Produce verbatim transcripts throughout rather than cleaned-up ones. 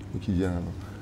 qui vient.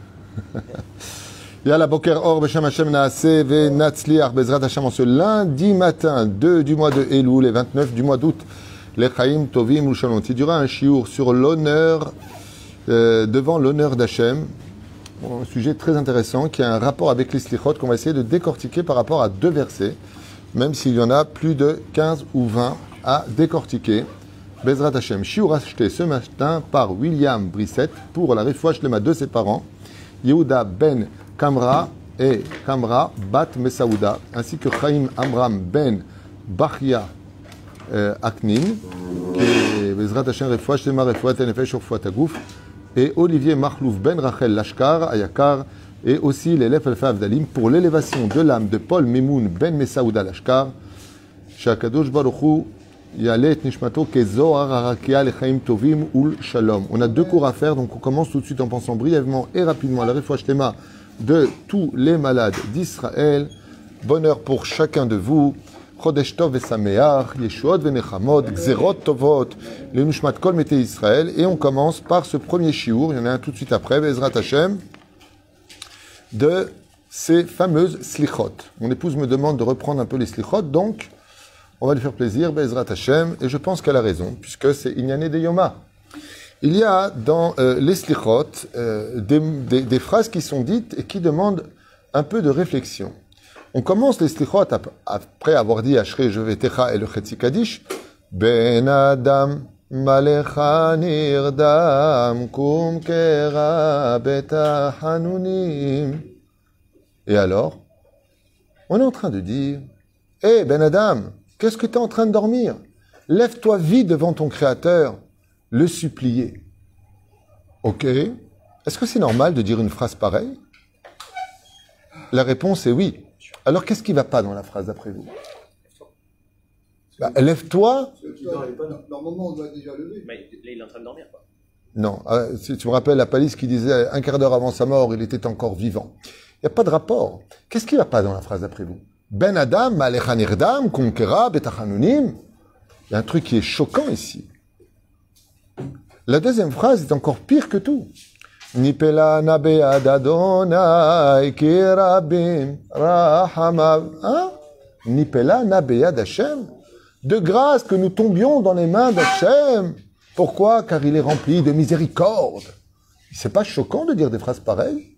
Yalla Boker Or Beshem Hashem Naaseh Ve Natzliach Bezrat Hashem en ce lundi matin deux du mois de Elul et vingt-neuf du mois d'août. Les Chaim Tovim ou Shalom. Il y aura un shiur sur l'honneur, euh, devant l'honneur d'Hachem. Bon, un sujet très intéressant qui a un rapport avec les slichot qu'on va essayer de décortiquer par rapport à deux versets, même s'il y en a plus de quinze ou vingt à décortiquer. Bezrat Hashem. Shiur acheté ce matin par William Brissett pour la Refoua Shlema de ses parents, Yehuda Ben Kamra et Kamra Bat Mesaouda, ainsi que Chaim Amram Ben Bachia euh, Aknin, qui est Bezrat Hashem Refoua Shlema Refoua Tenefesh Refoua Tagouf, et Olivier Marlouf Ben Rachel Lashkar Ayakar, et aussi l'élève Alpha Avdalim pour l'élévation de l'âme de Paul Memoun Ben Mesaouda Lashkar, Shakadosh Baruch Hu Yalet Nishmato Kezohar Harakia Lechaim Tovim Ul Shalom. On a deux cours à faire, donc on commence tout de suite en pensant brièvement et rapidement à la Refoua Shlema de tous les malades d'Israël. Bonheur pour chacun de vous. Chodesh Tov Vesameach, Yeshuot Venechamot, Gzerot Tovot, le Nishmat Kol Mete Israël. Et on commence par ce premier shiur, il y en a un tout de suite après, Bezrat Hashem, de ces fameuses slichot. Mon épouse me demande de reprendre un peu les slichot, donc on va lui faire plaisir, Bezrat Hashem, et je pense qu'elle a raison, puisque c'est Inyané de Yoma. Il y a dans euh, les slichot euh, des, des, des phrases qui sont dites et qui demandent un peu de réflexion. On commence les slichot après avoir dit Ashrei Jevetecha et le Chetzi Kaddish, Ben Adam Malecha Nirdam Kum Kera Beta Hanunim. Et alors, on est en train de dire, hé hey, Ben Adam, qu'est-ce que tu es en train de dormir? Lève-toi vite devant ton Créateur, le supplier. Ok. Est-ce que c'est normal de dire une phrase pareille? La réponse est oui. Alors qu'est-ce qui ne va pas dans la phrase d'après vous? Bah, lève-toi. Normalement, on doit déjà lever. Mais là, il est en train de dormir, quoi. Non. Euh, si tu me rappelles la palisse qui disait un quart d'heure avant sa mort, il était encore vivant. Il n'y a pas de rapport. Qu'est-ce qui ne va pas dans la phrase d'après vous? Ben Adam, Malecha Nirdam, Kunkera, Betachanunim. Il y a un truc qui est choquant ici. La deuxième phrase est encore pire que tout. Nipela nabead Adonai kirabim rahamav. Hein? Nipela nabead Hashem. De grâce que nous tombions dans les mains d'Hachem. Pourquoi? Car il est rempli de miséricorde. C'est pas choquant de dire des phrases pareilles?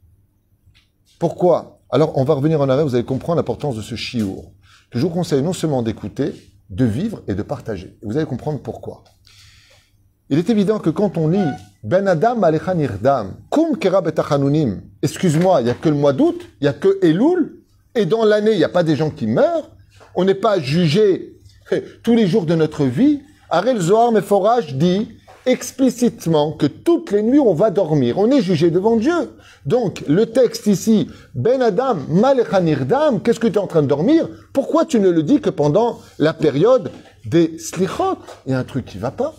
Pourquoi? Alors, on va revenir en arrière, vous allez comprendre l'importance de ce shiur. Je vous conseille non seulement d'écouter, de vivre et de partager. Et vous allez comprendre pourquoi. Il est évident que quand on lit Ben Adam Alecha Nirdam, Kum Kera Betachanunim, excuse-moi, il n'y a que le mois d'août, il n'y a que Elul, et dans l'année, il n'y a pas des gens qui meurent, on n'est pas jugé tous les jours de notre vie. Arel Zohar Meforach dit explicitement que toutes les nuits on va dormir, on est jugé devant Dieu. Donc le texte ici, Ben Adam Malecha Nirdam, qu'est-ce que tu es en train de dormir? Pourquoi tu ne le dis que pendant la période des slichot? Il y a un truc qui ne va pas.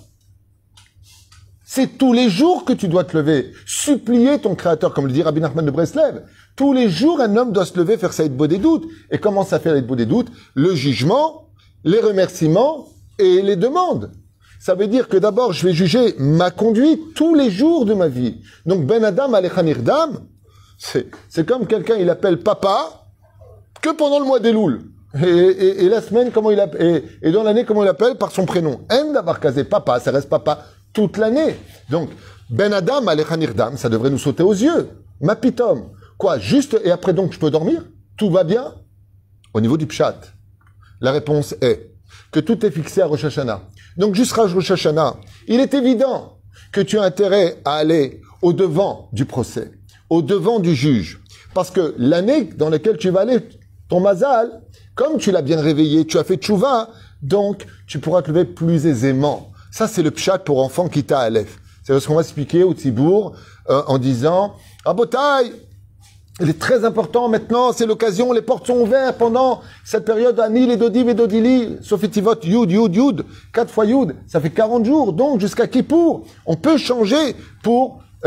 C'est tous les jours que tu dois te lever, supplier ton Créateur, comme le dit Rabbi Nachman de Breslev. Tous les jours, un homme doit se lever, faire sa hitbo des doutes. Et comment ça fait la hitbo des doutes? Le jugement, les remerciements et les demandes. Ça veut dire que d'abord, je vais juger ma conduite tous les jours de ma vie. Donc, Ben Adam Alecha Nirdam, c'est, c'est comme quelqu'un, il appelle papa que pendant le mois d'Elul. Et, et, et la semaine, comment il appelle, et, et dans l'année, comment il appelle? Par son prénom. En d'avoir casé papa, ça reste papa toute l'année. Donc, Ben Adam Alecha Nirdam, ça devrait nous sauter aux yeux. Ma pitom. Quoi? Juste, et après donc, je peux dormir? Tout va bien? Au niveau du pshat, la réponse est que tout est fixé à Rosh Hashanah. Donc, jusqu'à Rosh Hashanah, il est évident que tu as intérêt à aller au-devant du procès, au-devant du juge. Parce que l'année dans laquelle tu vas aller, ton mazal, comme tu l'as bien réveillé, tu as fait tchouva, donc tu pourras te lever plus aisément. Ça, c'est le pshat pour enfants qui t'a aleph. C'est ce qu'on va expliquer au Tzibour euh, en disant « Rabotai, il est très important maintenant, c'est l'occasion, les portes sont ouvertes pendant cette période Anil et Dodim et Dodili, Sofitivot, Yud, Yud, Yud, quatre fois Yud, ça fait quarante jours, donc jusqu'à Kippour, on peut changer pour euh,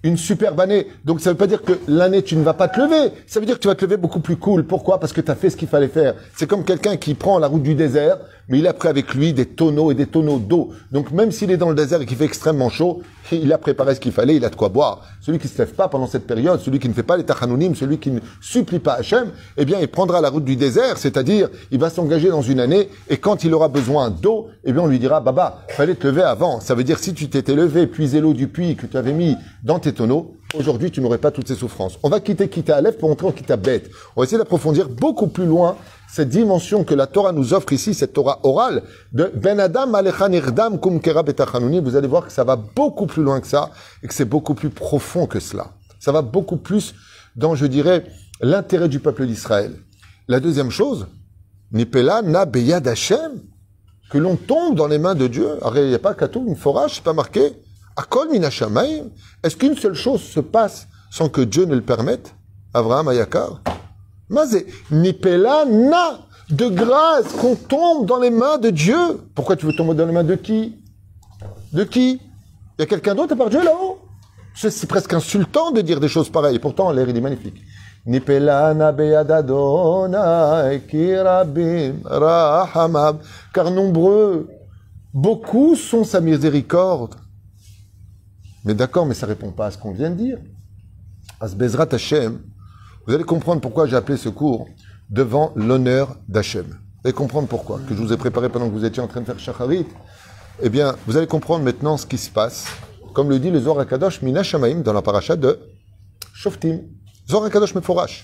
une superbe année. Donc ça veut pas dire que l'année tu ne vas pas te lever. Ça veut dire que tu vas te lever beaucoup plus cool. Pourquoi? Parce que tu as fait ce qu'il fallait faire. C'est comme quelqu'un qui prend la route du désert, mais il a pris avec lui des tonneaux et des tonneaux d'eau. Donc même s'il est dans le désert et qu'il fait extrêmement chaud, il a préparé ce qu'il fallait, il a de quoi boire. Celui qui se lève pas pendant cette période, celui qui ne fait pas les tachanounim, celui qui ne supplie pas Hachem, eh bien il prendra la route du désert, c'est-à-dire il va s'engager dans une année et quand il aura besoin d'eau, eh bien on lui dira Baba, fallait te lever avant. Ça veut dire si tu t'étais levé, puisé l'eau du puits que tu avais mis dans tes tonneaux, aujourd'hui tu n'aurais pas toutes ces souffrances. On va quitter Kita Aleph pour entrer en Kita Bet. On va essayer d'approfondir beaucoup plus loin cette dimension que la Torah nous offre ici, cette Torah orale, de Ben Adam Alecha Nirdam Kum Kera Betachanuni. Vous allez voir que ça va beaucoup plus loin que ça, et que c'est beaucoup plus profond que cela. Ça va beaucoup plus dans, je dirais, l'intérêt du peuple d'Israël. La deuxième chose, Nipela Na Beyad Hashem, que l'on tombe dans les mains de Dieu. Alors, il n'y a pas Katoum, une forage, c'est pas marqué. Akol Mina Shamayim. Est-ce qu'une seule chose se passe sans que Dieu ne le permette? Avraham Ayakar. Mazé, Nipela na, de grâce qu'on tombe dans les mains de Dieu. Pourquoi tu veux tomber dans les mains de qui? De qui? Il y a quelqu'un d'autre à part Dieu là-haut? C'est presque insultant de dire des choses pareilles. Et pourtant, l'air il est magnifique. Nipela na beyadadona ekirabim rahamab. Car nombreux, beaucoup sont sa miséricorde. Mais d'accord, mais ça répond pas à ce qu'on vient de dire. Asbezrat Hashem. Vous allez comprendre pourquoi j'ai appelé ce cours devant l'honneur d'Hachem. Vous allez comprendre pourquoi, que je vous ai préparé pendant que vous étiez en train de faire Shacharit. Eh bien, vous allez comprendre maintenant ce qui se passe, comme le dit le Zohar HaKadosh, Mina Shamaim, dans la paracha de Shoftim. Zohar HaKadosh Meforash.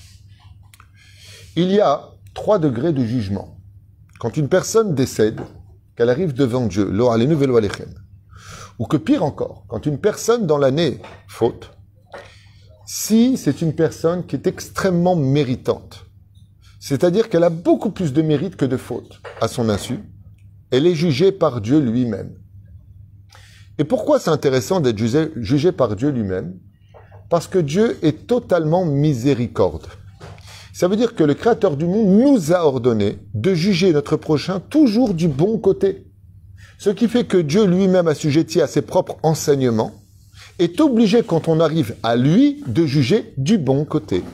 Il y a trois degrés de jugement. Quand une personne décède, qu'elle arrive devant Dieu, Lo Alenu Velo Alechem, ou que pire encore, quand une personne dans l'année faute, si c'est une personne qui est extrêmement méritante, c'est-à-dire qu'elle a beaucoup plus de mérite que de faute à son insu, elle est jugée par Dieu lui-même. Et pourquoi c'est intéressant d'être jugé, jugé par Dieu lui-même? Parce que Dieu est totalement miséricorde. Ça veut dire que le Créateur du monde nous a ordonné de juger notre prochain toujours du bon côté. Ce qui fait que Dieu lui-même assujetti à ses propres enseignements est obligé, quand on arrive à lui, de juger du bon côté.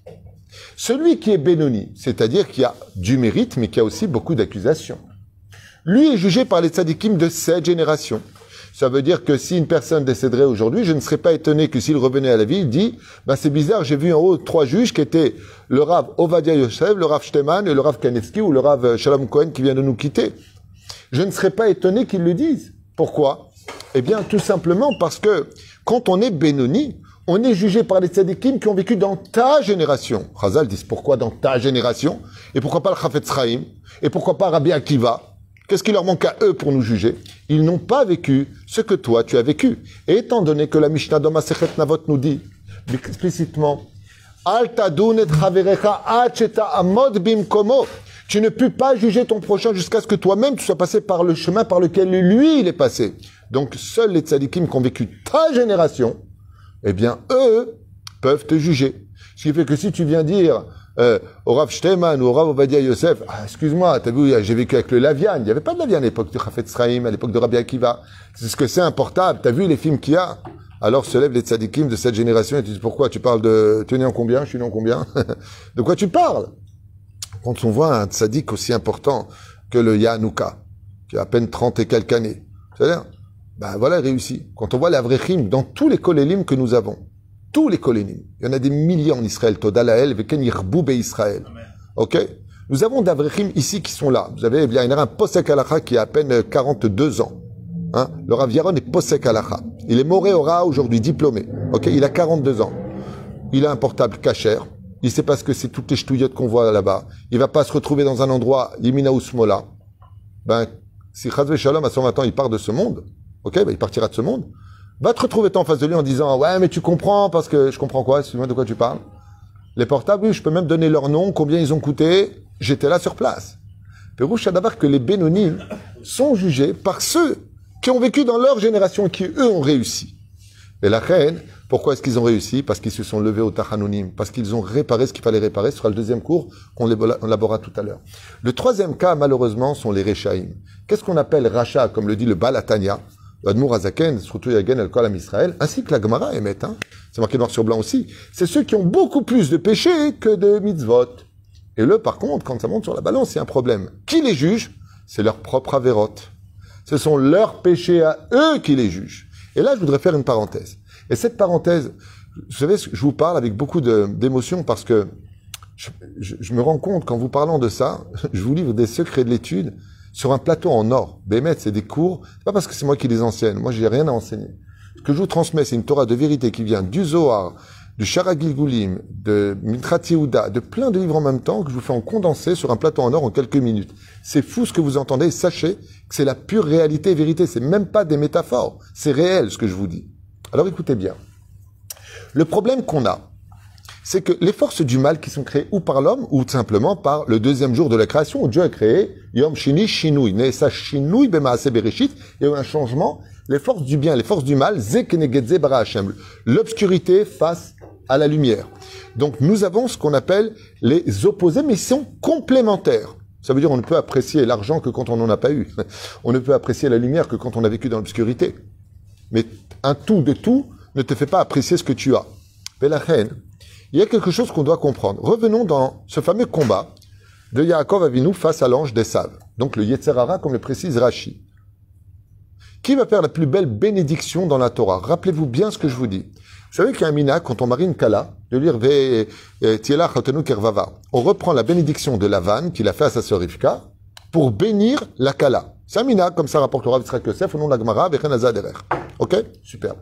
Celui qui est Benoni, c'est-à-dire qui a du mérite, mais qui a aussi beaucoup d'accusations, lui est jugé par les tzadikim de cette génération. Ça veut dire que si une personne décéderait aujourd'hui, je ne serais pas étonné que s'il revenait à la vie, il dit, ben c'est bizarre, j'ai vu en haut trois juges qui étaient le Rav Ovadia Yosef, le Rav Shteman et le Rav Kanevski ou le Rav Shalom Cohen qui vient de nous quitter. Je ne serais pas étonné qu'ils le disent. Pourquoi? Eh bien, tout simplement parce que quand on est Benoni, on est jugé par les tzadikim qui ont vécu dans ta génération. Chazal dit pourquoi dans ta génération? Et pourquoi pas le Chafetz Chaim? Et pourquoi pas Rabbi Akiva? Qu'est-ce qui leur manque à eux pour nous juger? Ils n'ont pas vécu ce que toi tu as vécu. Et étant donné que la Mishnah dans Masechet Navot nous dit explicitement Al tadun et chaverecha ad she'ta'amod bimkomo. Tu ne peux pas juger ton prochain jusqu'à ce que toi-même tu sois passé par le chemin par lequel lui il est passé. Donc seuls les tzadikim qui ont vécu ta génération, eh bien eux peuvent te juger. Ce qui fait que si tu viens dire euh, au Rav Shteman ou au Rav Ovadia Yosef, ah, excuse-moi, t'as vu, j'ai vécu avec le Lavian. Il n'y avait pas de Lavian à l'époque de Chafetz Chaim, à l'époque de Rabbi Akiva. C'est ce que c'est un portable. T'as vu les films qu'il y a? Alors se lèvent les tzadikim de cette génération et tu dis pourquoi? Tu parles de, tu es né en combien? Je suis né en combien? De quoi tu parles? Quand on voit un tzadik aussi important que le Yanouka, qui a à peine trente et quelques années, c'est-à-dire, ben voilà, réussi. Quand on voit l'Avrechim dans tous les kolélim que nous avons, tous les kolélim, il y en a des milliers en Israël, Todalael, Veken Yirboub et Israël. Ok? Nous avons d'Avrechim ici qui sont là. Vous avez, il y en a un Posek Halacha qui a à peine quarante-deux ans. Hein? Le Rav Yaron est Posek Halacha. Il est Moré Ora aujourd'hui, diplômé. Ok? Il a quarante-deux ans. Il a un portable kasher. Il sait pas ce que c'est toutes les ch'touillottes qu'on voit là-bas. Il va pas se retrouver dans un endroit, Yimina Ousmola. Ben, si Chazve Shalom à cent vingt ans, il part de ce monde, ok, ben, il partira de ce monde, va te retrouver toi en face de lui en disant, ouais, mais tu comprends, parce que, je comprends quoi, excuse-moi, de quoi tu parles? Les portables, oui, je peux même donner leur nom, combien ils ont coûté, j'étais là sur place. Pérouche Adavar que les Bénonim sont jugés par ceux qui ont vécu dans leur génération et qui, eux, ont réussi. Et la reine, pourquoi est-ce qu'ils ont réussi? Parce qu'ils se sont levés au Tachanonim, parce qu'ils ont réparé ce qu'il fallait réparer. Ce sera le deuxième cours qu'on élaborera tout à l'heure. Le troisième cas, malheureusement, sont les Rechaïm. Qu'est-ce qu'on appelle Racha, comme le dit le Balatania? Admour Azaken, surtout Yagen El Kol Am Israël, ainsi que la Gemara émet, hein, c'est marqué noir sur blanc aussi, c'est ceux qui ont beaucoup plus de péchés que de mitzvot. Et le, par contre, quand ça monte sur la balance, c'est un problème. Qui les juge? C'est leur propre avérote. Ce sont leurs péchés à eux qui les jugent. Et là, je voudrais faire une parenthèse. Et cette parenthèse, vous savez, je vous parle avec beaucoup de, d'émotion parce que je, je, je me rends compte qu'en vous parlant de ça, je vous livre des secrets de l'étude sur un plateau en or. Bémet, c'est des cours. C'est pas parce que c'est moi qui les enseigne. Moi, j'ai rien à enseigner. Ce que je vous transmets, c'est une Torah de vérité qui vient du Zohar, du Shara Gilgulim, de Mitrat Yehuda, de plein de livres en même temps que je vous fais en condensé sur un plateau en or en quelques minutes. C'est fou ce que vous entendez. Sachez que c'est la pure réalité et vérité. C'est même pas des métaphores. C'est réel ce que je vous dis. Alors écoutez bien. Le problème qu'on a, c'est que les forces du mal qui sont créées ou par l'homme ou tout simplement par le deuxième jour de la création où Dieu a créé Yom Shini Shinui, Neesa Shinui Bemaase Bereshit, il y a eu un changement. Les forces du bien, les forces du mal, Ze Keneged Ze Bara Hashem, l'obscurité face à la lumière. Donc nous avons ce qu'on appelle les opposés, mais ils sont complémentaires. Ça veut dire on ne peut apprécier l'argent que quand on n'en a pas eu. On ne peut apprécier la lumière que quand on a vécu dans l'obscurité. Mais un tout de tout ne te fait pas apprécier ce que tu as. Belachen, il y a quelque chose qu'on doit comprendre. Revenons dans ce fameux combat de Yaakov Avinu face à l'ange d'Esav. Donc le Yetzer Hara, comme le précise Rashi. Qui va faire la plus belle bénédiction dans la Torah? Rappelez-vous bien ce que je vous dis. Vous savez qu'il y a un mina, quand on marie une kala, de lire Ve Tiela Chatenu Kervava. On reprend la bénédiction de Lavan, qu'il a fait à sa sœur Rivka, pour bénir la kala. C'est un mina, comme ça rapporte le Rav Yitzhak Yosef, au nom de la Gemara, Vechen Azaderer. Ok? Super.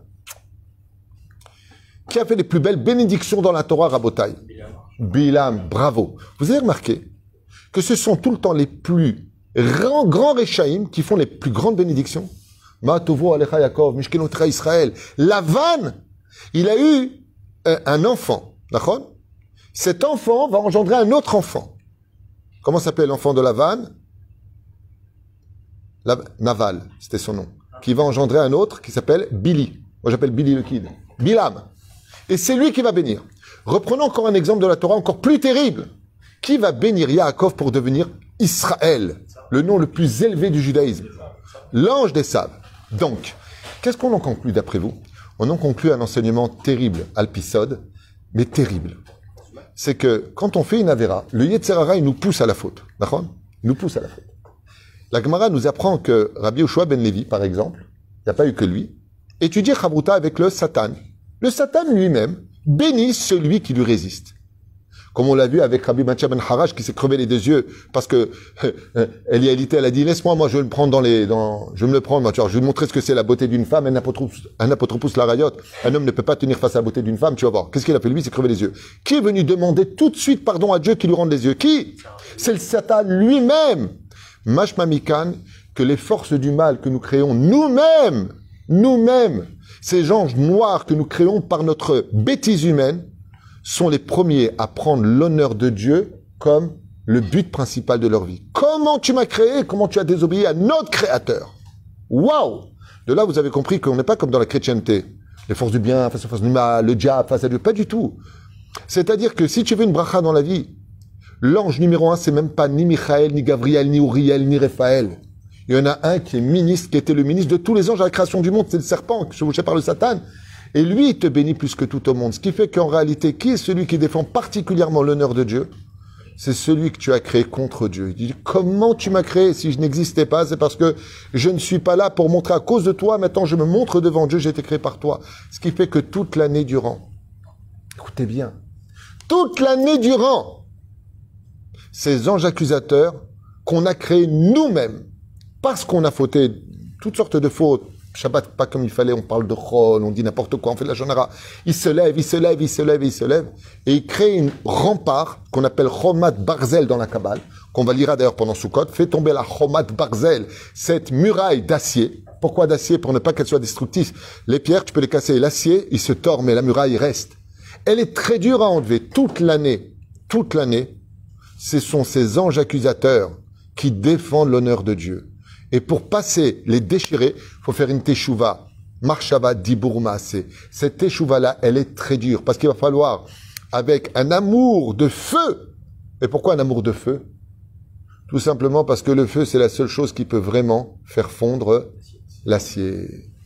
Qui a fait les plus belles bénédictions dans la Torah, Rabotai? Bilam, bravo. Vous avez remarqué que ce sont tout le temps les plus grands, grands Rechaïm qui font les plus grandes bénédictions. Ma tovo alecha Yaakov, Mishkenotra Israël. Lavan, il a eu euh, un enfant, d'accord? Cet enfant va engendrer un autre enfant. Comment s'appelle l'enfant de Lavan? La, Naval, c'était son nom. Qui va engendrer un autre qui s'appelle Billy. Moi j'appelle Billy le Kid. Bilam. Et c'est lui qui va bénir. Reprenons encore un exemple de la Torah encore plus terrible. Qui va bénir Yaakov pour devenir Israël, le nom le plus élevé du judaïsme? L'ange d'Esav. Donc, qu'est-ce qu'on en conclut d'après vous? On en conclut un enseignement terrible, alpisode, mais terrible. C'est que quand on fait une avéra, le Yetzer Hara, il nous pousse à la faute. D'accord? Il nous pousse à la faute. La Gemara nous apprend que Rabbi Yoshua ben Levi, par exemple, il n'y a pas eu que lui, étudie Chavruta avec le Satan. Le Satan lui-même bénit celui qui lui résiste. Comme on l'a vu avec Rabbi Matcha ben Harash qui s'est crevé les deux yeux parce que euh, Elialité, elle a dit laisse-moi, moi je vais le prendre dans les, dans, je vais me le prendre, moi, tu vois, je vais te montrer ce que c'est la beauté d'une femme, un apotropous, un apotropous la rayotte. Un homme ne peut pas tenir face à la beauté d'une femme, tu vas voir. Qu'est-ce qu'il a fait lui? Il s'est crevé les yeux. Qui est venu demander tout de suite pardon à Dieu qui lui rende les yeux? Qui? C'est le Satan lui-même. Mashma Mikan, que les forces du mal que nous créons nous-mêmes, nous-mêmes, ces anges noirs que nous créons par notre bêtise humaine, sont les premiers à prendre l'honneur de Dieu comme le but principal de leur vie. Comment tu m'as créé? Comment tu as désobéi à notre Créateur? Waouh! De là, vous avez compris qu'on n'est pas comme dans la chrétienté. Les forces du bien face aux forces du mal, le diable face à Dieu. Pas du tout. C'est-à-dire que si tu veux une bracha dans la vie, l'ange numéro un, c'est même pas ni Michael, ni Gabriel, ni Uriel, ni Raphaël. Il y en a un qui est ministre, qui était le ministre de tous les anges à la création du monde. C'est le serpent, chevauché par le Satan. Et lui, il te bénit plus que tout au monde. Ce qui fait qu'en réalité, qui est celui qui défend particulièrement l'honneur de Dieu? C'est celui que tu as créé contre Dieu. Il dit, comment tu m'as créé? Si je n'existais pas, c'est parce que je ne suis pas là pour montrer à cause de toi. Maintenant, je me montre devant Dieu, j'ai été créé par toi. Ce qui fait que toute l'année durant, écoutez bien, toute l'année durant, ces anges accusateurs qu'on a créés nous-mêmes, parce qu'on a fauté toutes sortes de fautes, Shabbat pas comme il fallait, on parle de chol, on dit n'importe quoi, on fait de la shonara. Il se lève, il se lève, il se lève, il se lève, et il crée une rempart qu'on appelle chomat barzel dans la Kabbale, qu'on va lire d'ailleurs pendant Sukkot, fait tomber la chomat barzel, cette muraille d'acier. Pourquoi d'acier? Pour ne pas qu'elle soit destructive. Les pierres, tu peux les casser, l'acier, il se tord, mais la muraille reste. Elle est très dure à enlever toute l'année, toute l'année. Ce sont ces anges accusateurs qui défendent l'honneur de Dieu. Et pour passer, les déchirer, il faut faire une teshuva. Marshava dibur maaseh. Cette teshuva-là, elle est très dure. Parce qu'il va falloir, avec un amour de feu. Et pourquoi un amour de feu? Tout simplement parce que le feu, c'est la seule chose qui peut vraiment faire fondre l'acier.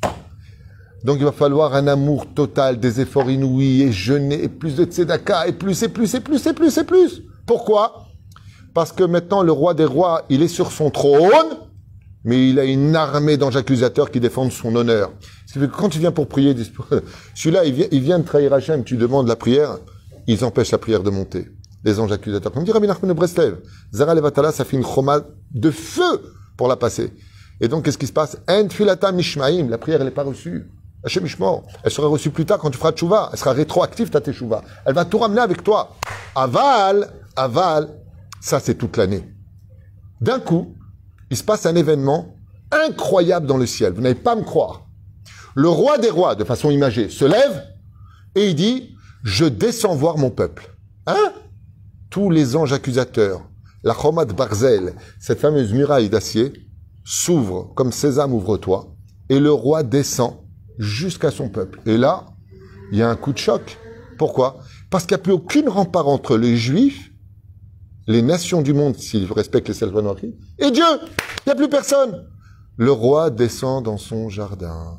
Donc il va falloir un amour total, des efforts inouïs, et jeûner, et plus de tzedaka, et plus, et plus, et plus, et plus, et plus. Pourquoi? Parce que maintenant, le roi des rois, il est sur son trône, mais il a une armée d'anges accusateurs qui défendent son honneur. Ce qui fait que quand tu viens pour prier, celui-là, il vient, il vient de trahir Hachem, tu demandes la prière, ils empêchent la prière de monter. Les anges accusateurs. Comme dit Rabbi Nachman de Breslev, Zara Levatala, ça fait une chroma de feu pour la passer. Et donc, qu'est-ce qui se passe? En tfilata mishmaim, la prière, elle n'est pas reçue. Hachem Ishmor, elle sera reçue plus tard quand tu feras tchouva. Elle sera rétroactive, ta tchouva. Elle va tout ramener avec toi. Aval, aval, ça c'est toute l'année. D'un coup, il se passe un événement incroyable dans le ciel. Vous n'allez pas me croire. Le roi des rois, de façon imagée, se lève et il dit, je descends voir mon peuple. Hein? Tous les anges accusateurs, la Chomat Barzel, cette fameuse muraille d'acier, s'ouvre comme Sésame ouvre-toi, et le roi descend jusqu'à son peuple. Et là, il y a un coup de choc. Pourquoi? Parce qu'il n'y a plus aucune rempart entre les Juifs, les nations du monde, s'ils respectent les sept lois noires, et Dieu. Il n'y a plus personne. Le roi descend dans son jardin.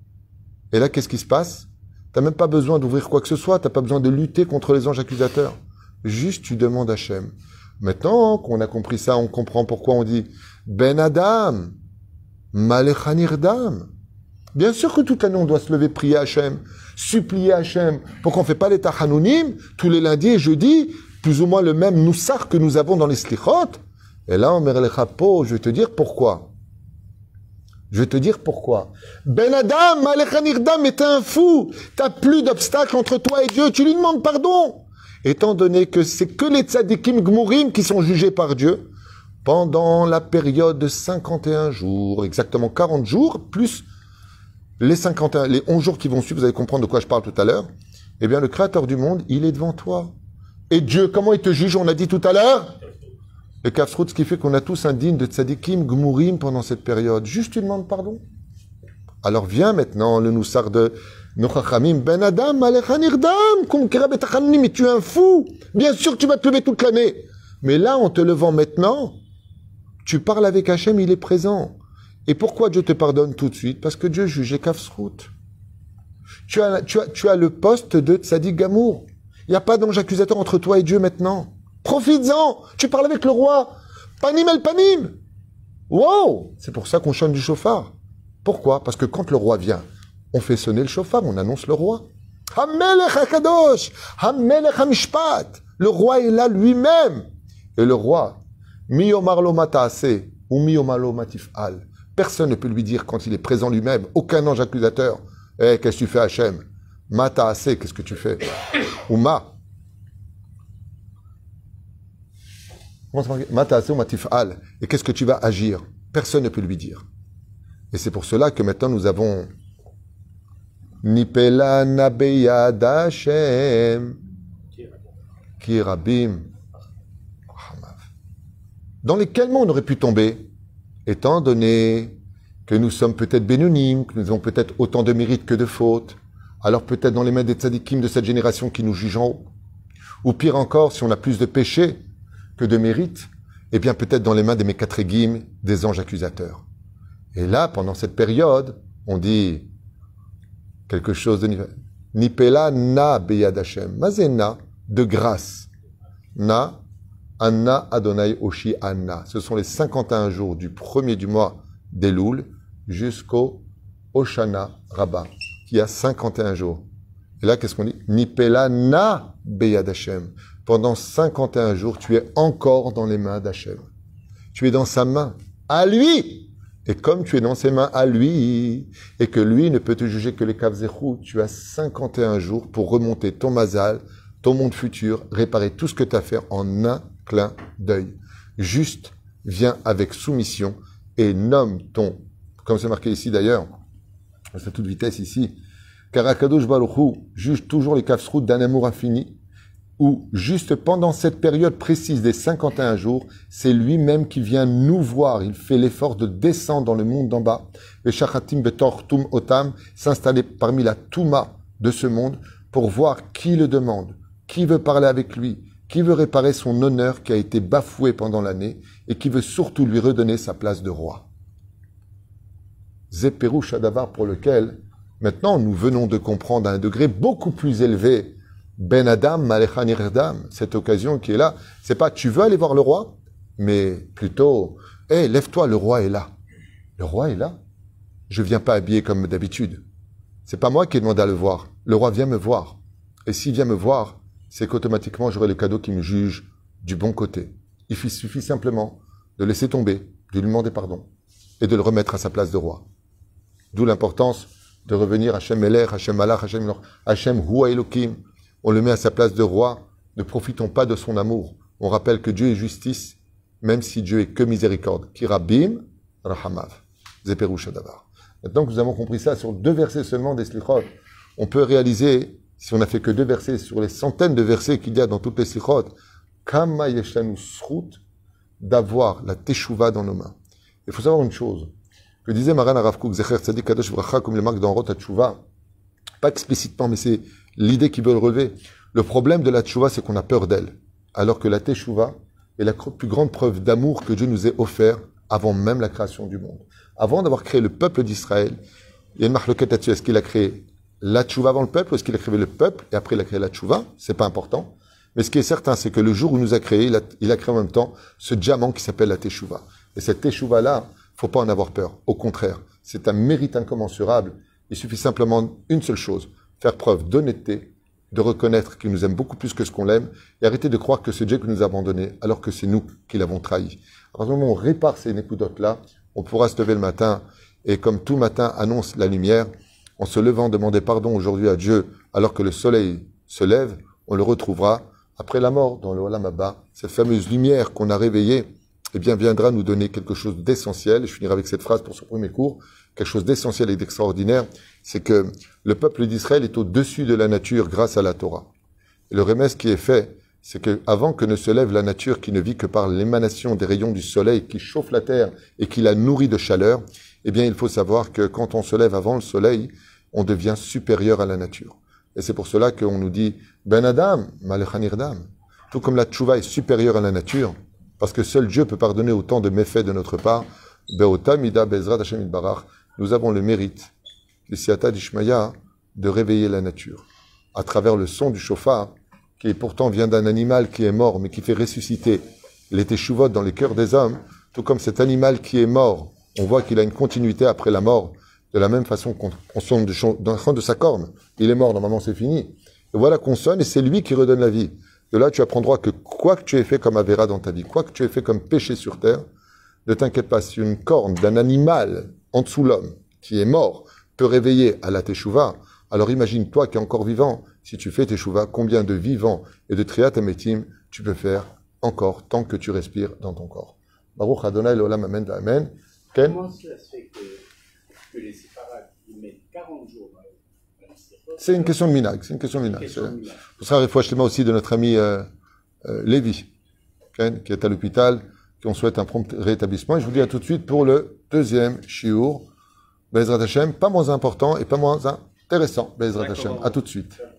Et là, qu'est-ce qui se passe? Tu n'as même pas besoin d'ouvrir quoi que ce soit, tu n'as pas besoin de lutter contre les anges accusateurs. Juste, tu demandes Hachem. Maintenant qu'on a compris ça, on comprend pourquoi on dit Ben Adam, Malechanirdam. Bien sûr que toute l'année, on doit se lever, prier Hachem, supplier Hachem, pour qu'on ne fait pas les Tachanounim, tous les lundis et jeudis, plus ou moins le même noussar que nous avons dans les Slichot. Et là, on met les chapeaux, je vais te dire pourquoi. Je vais te dire pourquoi. Ben Adam, Malechanirdam, mais t'es un fou. T'as plus d'obstacles entre toi et Dieu, tu lui demandes pardon. Étant donné que c'est que les tzadikim gmourim qui sont jugés par Dieu, pendant la période de cinquante et un jours, exactement quarante jours, plus les cinquante et un, les onze jours qui vont suivre, vous allez comprendre de quoi je parle tout à l'heure, eh bien, le Créateur du monde, il est devant toi. Et Dieu, comment il te juge? On a dit tout à l'heure, le Kafsrout, ce qui fait qu'on a tous un digne de tzadikim gmourim pendant cette période. Juste, tu demandes pardon. Alors, viens maintenant, le noussar de Nochachamim, Ben Adam, Malechanirdam, Kumkera Betachannim, mais tu es un fou. Bien sûr que tu vas te lever toute l'année. Mais là, en te levant maintenant, tu parles avec Hachem, il est présent. Et pourquoi Dieu te pardonne tout de suite? Parce que Dieu juge les Kafsrout. Tu as, tu as, tu as le poste de Tzadik Gamour. Il n'y a pas d'ange accusateur entre toi et Dieu maintenant. Profites-en. Tu parles avec le roi. Panim el panim. Wow. C'est pour ça qu'on chante du chauffard. Pourquoi? Parce que quand le roi vient, on fait sonner le chauffard, on annonce le roi. Hamelech HaKadosh, Hamelech HaMishpat. Le roi est là lui-même. Et le roi, Mi Omar lo mata'ase, ou Mi Omar lo matif'al. Personne ne peut lui dire quand il est présent lui-même, aucun ange accusateur. Eh, qu'est-ce que tu fais, Hachem? Mata'ase, qu'est-ce que tu fais? Ou ma. Comment ça marque? Mata'ase ou matif'al. Et qu'est-ce que tu vas agir? Personne ne peut lui dire. Et c'est pour cela que maintenant nous avons Nipela Nabeyad Hashem Kirabim, dans lesquels on aurait pu tomber, étant donné que nous sommes peut-être bénonymes, que nous avons peut-être autant de mérites que de fautes, alors peut-être dans les mains des tzadikim de cette génération qui nous jugent en haut, ou pire encore, si on a plus de péchés que de mérites, eh bien peut-être dans les mains des Mekatregim, des anges accusateurs. Et là, pendant cette période, on dit quelque chose de Nipela na beyad Hashem. Mazena, de grâce. Na, Anna Adonai Oshi Anna. Ce sont les cinquante et un jours du premier du mois d'Elul jusqu'au Oshana Rabbah, qui a cinquante et un jours. Et là, qu'est-ce qu'on dit? Nipela na beyad Hashem. Pendant cinquante et un jours, tu es encore dans les mains d'Hachem. Tu es dans sa main. À lui! Et comme tu es dans ses mains à lui, et que lui ne peut te juger que les Kavzechou, tu as cinquante et un jours pour remonter ton mazal, ton monde futur, réparer tout ce que tu as fait en un clin d'œil. Juste, viens avec soumission et nomme ton, comme c'est marqué ici d'ailleurs, c'est à toute vitesse ici, car Akadosh Baruch Hu juge toujours les Kavzechou d'un amour infini, où juste pendant cette période précise des cinquante et un jours, c'est lui-même qui vient nous voir. Il fait l'effort de descendre dans le monde d'en bas. Et Shachatim Betor Tum Otam, s'installer parmi la Touma de ce monde pour voir qui le demande, qui veut parler avec lui, qui veut réparer son honneur qui a été bafoué pendant l'année et qui veut surtout lui redonner sa place de roi. Zéperou Shadavar pour lequel Maintenant, nous venons de comprendre à un degré beaucoup plus élevé Ben Adam, Malecha Nirdam, cette occasion qui est là. C'est pas tu veux aller voir le roi, mais plutôt, hé, hey, lève-toi, le roi est là. Le roi est là. Je viens pas habillé comme d'habitude. C'est pas moi qui ai demandé à le voir. Le roi vient me voir. Et s'il vient me voir, c'est qu'automatiquement j'aurai le cadeau qui me juge du bon côté. Il suffit simplement de laisser tomber, de lui demander pardon et de le remettre à sa place de roi. D'où l'importance de revenir Hachem Melech, Hachem Malach, Hachem Lor, Hachem Hua Elohim. On le met à sa place de roi. Ne profitons pas de son amour. On rappelle que Dieu est justice, même si Dieu est que miséricorde. Kirabim, Rahamav, Zeperush Adavar. Maintenant que nous avons compris ça sur deux versets seulement des Slichot, on peut réaliser, si on n'a fait que deux versets, sur les centaines de versets qu'il y a dans toutes les Slichot, Kama Yeshlanu Srut, d'avoir la Teshuvah dans nos mains. Il faut savoir une chose, que disait Maran Arav Kook, Zecher Tzadik Kadosh Vracha, comme les marques dans Rot Teshuvah, pas explicitement, mais c'est l'idée qu'ils veulent relever. Le problème de la Teshuvah, c'est qu'on a peur d'elle, alors que la Teshuvah est la plus grande preuve d'amour que Dieu nous ait offert avant même la création du monde. Avant d'avoir créé le peuple d'Israël, il y a une marloquette là-dessus. Est-ce qu'il a créé la Teshuvah avant le peuple ou est-ce qu'il a créé le peuple et après il a créé la Teshuvah? C'est pas important. Mais ce qui est certain, c'est que le jour où il nous a créé, il a, il a créé en même temps ce diamant qui s'appelle la Teshuvah. Et cette Teshuvah-là, faut pas en avoir peur. Au contraire, c'est un mérite incommensurable. Il suffit simplement une seule chose, faire preuve d'honnêteté, de reconnaître qu'il nous aime beaucoup plus que ce qu'on l'aime et arrêter de croire que c'est Dieu qui nous a abandonnés alors que c'est nous qui l'avons trahi. À partir du moment où on répare ces nécoudotes-là, on pourra se lever le matin et comme tout matin annonce la lumière, en se levant, demander pardon aujourd'hui à Dieu alors que le soleil se lève, on le retrouvera après la mort dans le Olam Haba. Cette fameuse lumière qu'on a réveillée, eh bien, viendra nous donner quelque chose d'essentiel. Je finirai avec cette phrase pour ce premier cours. Quelque chose d'essentiel et d'extraordinaire, c'est que le peuple d'Israël est au-dessus de la nature grâce à la Torah. Et le remède qui est fait, c'est que avant que ne se lève la nature qui ne vit que par l'émanation des rayons du soleil qui chauffe la terre et qui la nourrit de chaleur, eh bien, il faut savoir que quand on se lève avant le soleil, on devient supérieur à la nature. Et c'est pour cela qu'on nous dit Ben Adam, Malecha Nirdam. Tout comme la Teshuvah est supérieure à la nature, parce que seul Dieu peut pardonner autant de méfaits de notre part, Be'ota Mida Bezrat Hashem Yitbarach, nous avons le mérite, le Siyata d'Ishmaïa, de réveiller la nature. À travers le son du shofar, qui pourtant vient d'un animal qui est mort, mais qui fait ressusciter les Teshuvot dans les cœurs des hommes, tout comme cet animal qui est mort, on voit qu'il a une continuité après la mort, de la même façon qu'on sonne de, de sa corne. Il est mort, normalement c'est fini. Et voilà qu'on sonne et c'est lui qui redonne la vie. De là, tu apprendras que quoi que tu aies fait comme avéra dans ta vie, quoi que tu aies fait comme péché sur terre, ne t'inquiète pas, si une corne d'un animal en dessous l'homme, qui est mort, peut réveiller à la Teshuvah, alors imagine-toi qui es encore vivant, si tu fais Teshuvah, combien de vivants et de Triat Ametim tu peux faire encore tant que tu respires dans ton corps. Baruch Adonai L'Olam Amen Amen. Ken? Comment cela se fait que, que les séfarades ils mettent quarante jours dans la C'est une question de minag, c'est une question de minag. Ce sera réfouachlema aussi de notre ami euh, euh, Lévi, Ken, qui est à l'hôpital, qu'on souhaite un prompt rétablissement. Et je vous dis à tout de suite pour le deuxième shiur, Bezrat Hashem, pas moins important et pas moins intéressant, Bezrat Hashem. À tout de suite.